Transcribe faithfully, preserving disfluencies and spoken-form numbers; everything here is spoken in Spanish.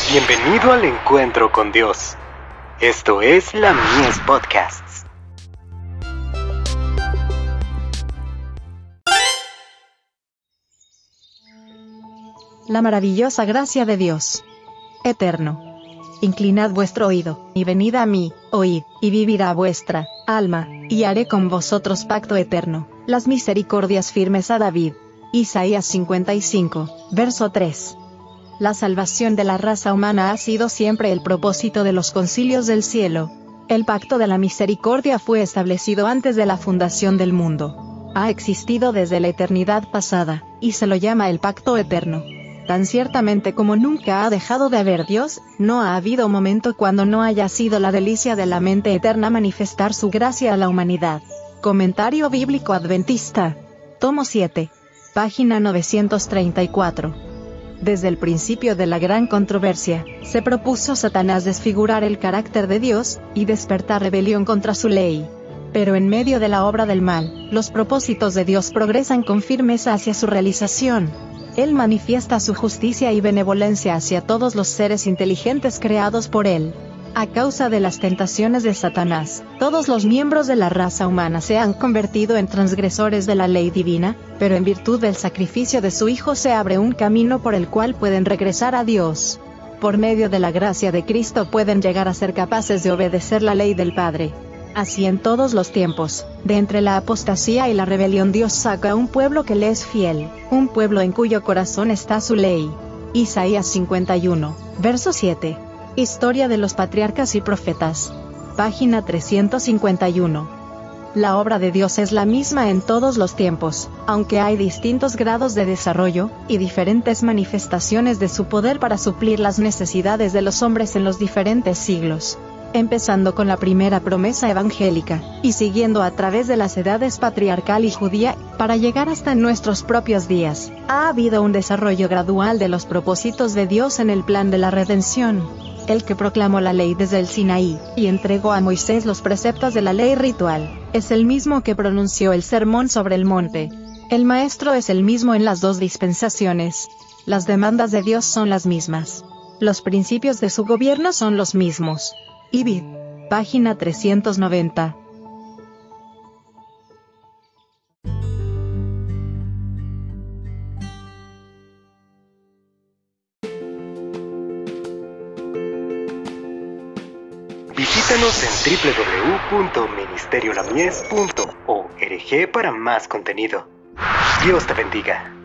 Bienvenido al encuentro con Dios. Esto es la Mies Podcasts. La maravillosa gracia de Dios eterno. Inclinad vuestro oído, y venid a mí, oíd, y vivirá vuestra alma, y haré con vosotros pacto eterno, las misericordias firmes a David. Isaías cincuenta y cinco, verso tres. La salvación de la raza humana ha sido siempre el propósito de los concilios del cielo. El pacto de la misericordia fue establecido antes de la fundación del mundo. Ha existido desde la eternidad pasada, y se lo llama el pacto eterno. Tan ciertamente como nunca ha dejado de haber Dios, no ha habido momento cuando no haya sido la delicia de la mente eterna manifestar su gracia a la humanidad. Comentario Bíblico Adventista. Tomo siete. Página novecientos treinta y cuatro. Desde el principio de la gran controversia, se propuso Satanás desfigurar el carácter de Dios, y despertar rebelión contra su ley. Pero en medio de la obra del mal, los propósitos de Dios progresan con firmeza hacia su realización. Él manifiesta su justicia y benevolencia hacia todos los seres inteligentes creados por Él. A causa de las tentaciones de Satanás, todos los miembros de la raza humana se han convertido en transgresores de la ley divina, pero en virtud del sacrificio de su Hijo se abre un camino por el cual pueden regresar a Dios. Por medio de la gracia de Cristo pueden llegar a ser capaces de obedecer la ley del Padre. Así en todos los tiempos, de entre la apostasía y la rebelión Dios saca a un pueblo que le es fiel, un pueblo en cuyo corazón está su ley. Isaías cincuenta y uno, verso siete. Historia de los patriarcas y profetas. Página trescientos cincuenta y uno. La obra de Dios es la misma en todos los tiempos, aunque hay distintos grados de desarrollo, y diferentes manifestaciones de su poder para suplir las necesidades de los hombres en los diferentes siglos. Empezando con la primera promesa evangélica, y siguiendo a través de las edades patriarcal y judía, para llegar hasta nuestros propios días, ha habido un desarrollo gradual de los propósitos de Dios en el plan de la redención. El que proclamó la ley desde el Sinaí, y entregó a Moisés los preceptos de la ley ritual, es el mismo que pronunció el sermón sobre el monte. El Maestro es el mismo en las dos dispensaciones. Las demandas de Dios son las mismas. Los principios de su gobierno son los mismos. Ibid. Página trescientos noventa. Visítanos en doble u doble u doble u punto ministerio la mies punto org para más contenido. Dios te bendiga.